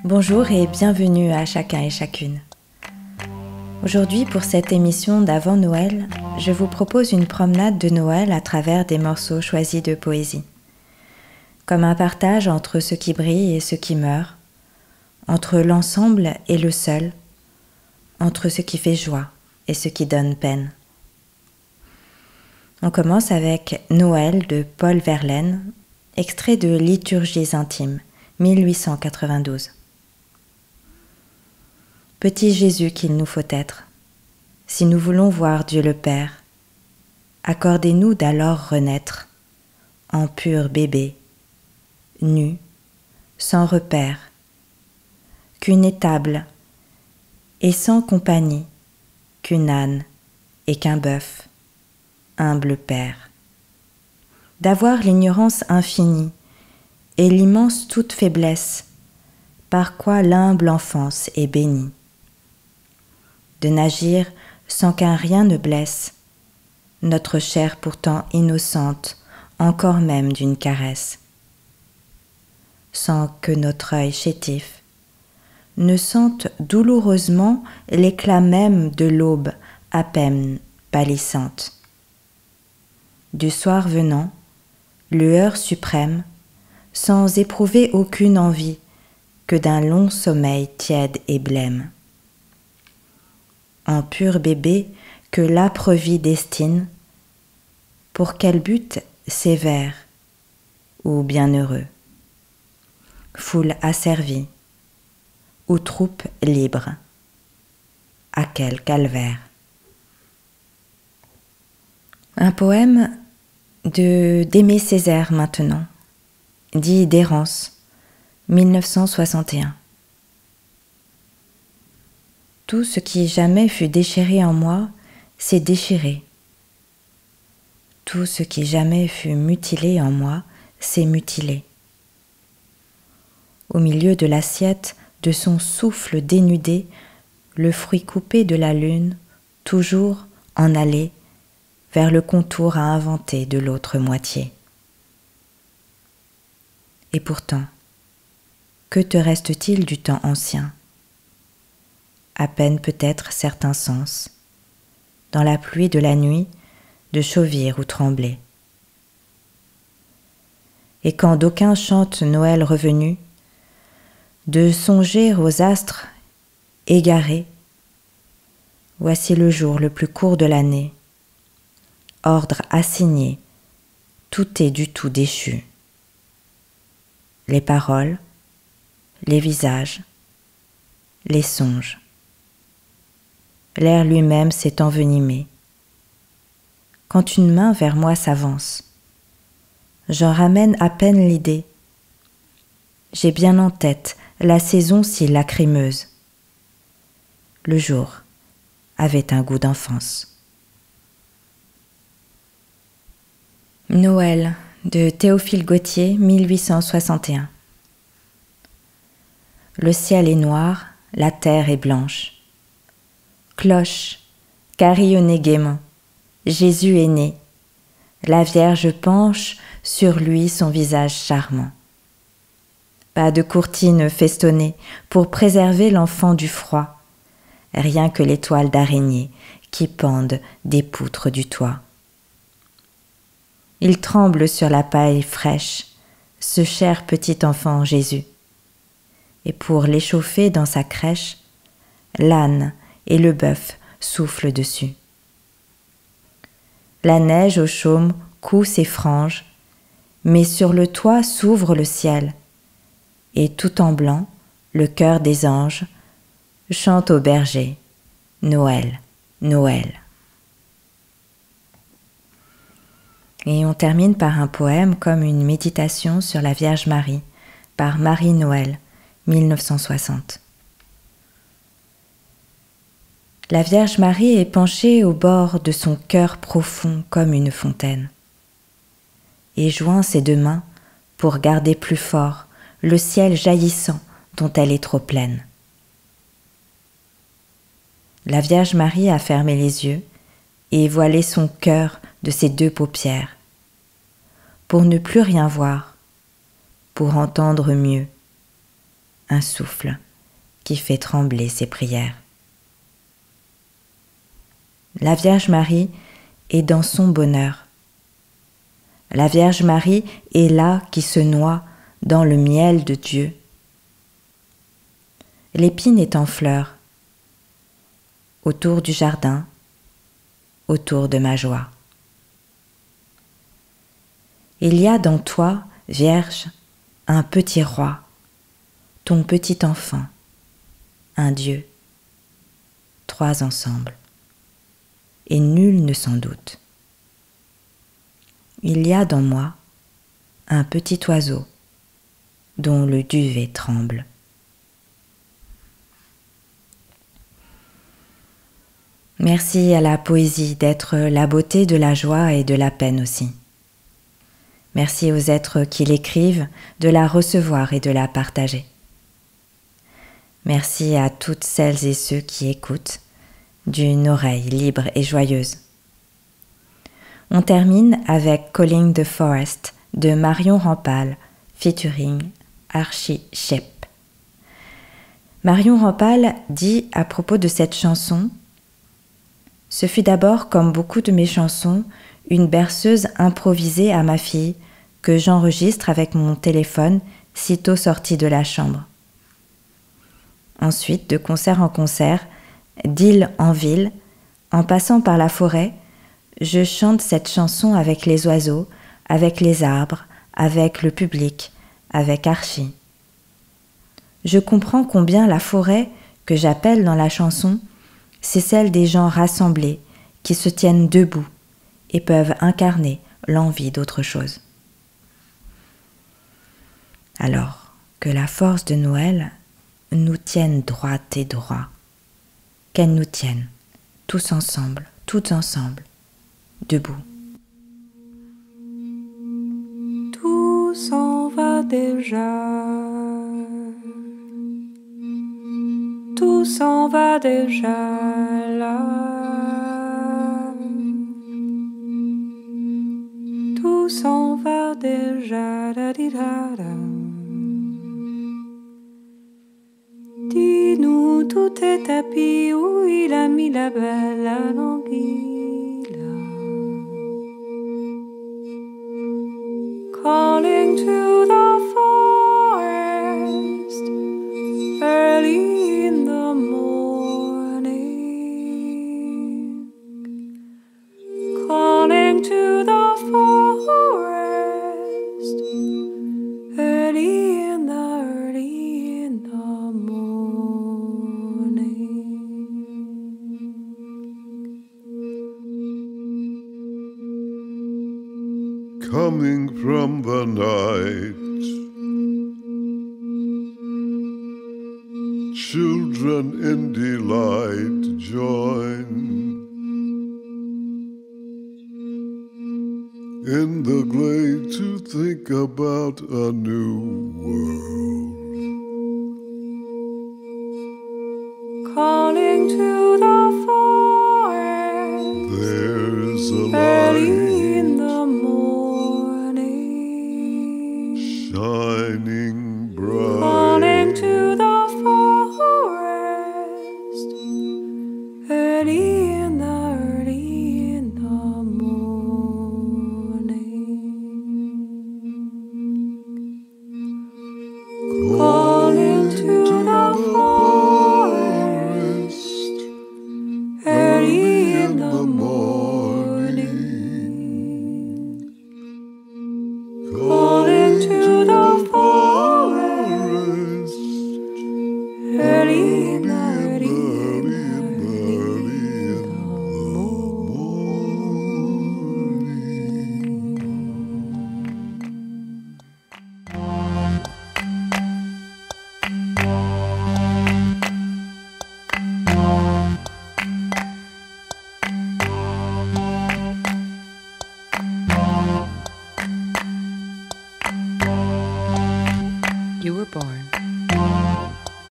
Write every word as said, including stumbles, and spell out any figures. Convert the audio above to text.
Bonjour et bienvenue à chacun et chacune. Aujourd'hui, pour cette émission d'avant Noël, je vous propose une promenade de Noël à travers des morceaux choisis de poésie. Comme un partage entre ce qui brille et ce qui meurt, entre l'ensemble et le seul, entre ce qui fait joie et ce qui donne peine. On commence avec Noël de Paul Verlaine, extrait de Liturgies intimes, mille huit cent quatre-vingt-douze. Petit Jésus qu'il nous faut être, si nous voulons voir Dieu le Père, accordez-nous d'alors renaître, en pur bébé, nu, sans repère, qu'une étable, et sans compagnie, qu'une âne et qu'un bœuf, humble Père. D'avoir l'ignorance infinie et l'immense toute faiblesse, par quoi l'humble enfance est bénie. De n'agir sans qu'un rien ne blesse, notre chair pourtant innocente, encore même d'une caresse. Sans que notre œil chétif ne sente douloureusement l'éclat même de l'aube à peine pâlissante. Du soir venant, lueur suprême, sans éprouver aucune envie que d'un long sommeil tiède et blême. En pur bébé que l'âpre vie destine, pour quel but sévère ou bienheureux, foule asservie ou troupe libre, à quel calvaire. Un poème de d'Aimé Césaire maintenant, dit d'Errance, mille neuf cent soixante et un. Tout ce qui jamais fut déchiré en moi s'est déchiré. Tout ce qui jamais fut mutilé en moi s'est mutilé. Au milieu de l'assiette de son souffle dénudé, le fruit coupé de la lune, toujours en allée vers le contour à inventer de l'autre moitié. Et pourtant, que te reste-t-il du temps ancien ? À peine peut-être certains sens, dans la pluie de la nuit, de chauvir ou trembler. Et quand d'aucuns chantent Noël revenu, de songer aux astres égarés, voici le jour le plus court de l'année, ordre assigné, tout est du tout déchu. Les paroles, les visages, les songes. L'air lui-même s'est envenimé. Quand une main vers moi s'avance, j'en ramène à peine l'idée. J'ai bien en tête la saison si lacrymeuse. Le jour avait un goût d'enfance. Noël de Théophile Gautier, mille huit cent soixante et un. Le ciel est noir, la terre est blanche. Cloche, carillonnez gaiement, Jésus est né, la Vierge penche sur lui son visage charmant. Pas de courtine festonnée pour préserver l'enfant du froid, rien que les toiles d'araignée qui pendent des poutres du toit. Il tremble sur la paille fraîche, ce cher petit enfant Jésus, et pour l'échauffer dans sa crèche, l'âne et le bœuf soufflent dessus. La neige au chaume coud ses franges, mais sur le toit s'ouvre le ciel, et tout en blanc, le chœur des anges chante au berger Noël, Noël. Et on termine par un poème comme une méditation sur la Vierge Marie, par Marie Noël, mille neuf cent soixante. La Vierge Marie est penchée au bord de son cœur profond comme une fontaine, et joint ses deux mains pour garder plus fort le ciel jaillissant dont elle est trop pleine. La Vierge Marie a fermé les yeux et voilé son cœur de ses deux paupières, pour ne plus rien voir, pour entendre mieux, un souffle qui fait trembler ses prières. La Vierge Marie est dans son bonheur. La Vierge Marie est là qui se noie dans le miel de Dieu. L'épine est en fleurs, autour du jardin, autour de ma joie. Il y a dans toi, Vierge, un petit roi, ton petit enfant, un Dieu, trois ensemble, et nul ne s'en doute. Il y a dans moi un petit oiseau dont le duvet tremble. Merci à la poésie d'être la beauté de la joie et de la peine aussi. Merci aux êtres qui l'écrivent de la recevoir et de la partager. Merci à toutes celles et ceux qui écoutent d'une oreille libre et joyeuse. On termine avec Calling the Forest de Marion Rampal, featuring Archie Shepp. Marion Rampal dit à propos de cette chanson: « Ce fut d'abord, comme beaucoup de mes chansons, une berceuse improvisée à ma fille que j'enregistre avec mon téléphone sitôt sortie de la chambre. Ensuite, de concert en concert, d'île en ville, en passant par la forêt, je chante cette chanson avec les oiseaux, avec les arbres, avec le public, avec Archie. Je comprends combien la forêt, que j'appelle dans la chanson, c'est celle des gens rassemblés, qui se tiennent debout et peuvent incarner l'envie d'autre chose. Alors, que la force de Noël nous tienne droite et droit, qu'elle nous tienne, tous ensemble, toutes ensemble, debout. Tout s'en va déjà, tout s'en va déjà là, tout s'en va déjà, da di da da. Dis-nous tout est tapis où il a mis la belle anguille. Calling to the forest early in the morning, calling to the forest early in the early in the morning. Coming from the night, children in delight join in the glade to think about a new world. Calling to the forest There's a early light in the morning, shining calling bright. to the forest early in the early in the morning, calling to the forest early in the morning.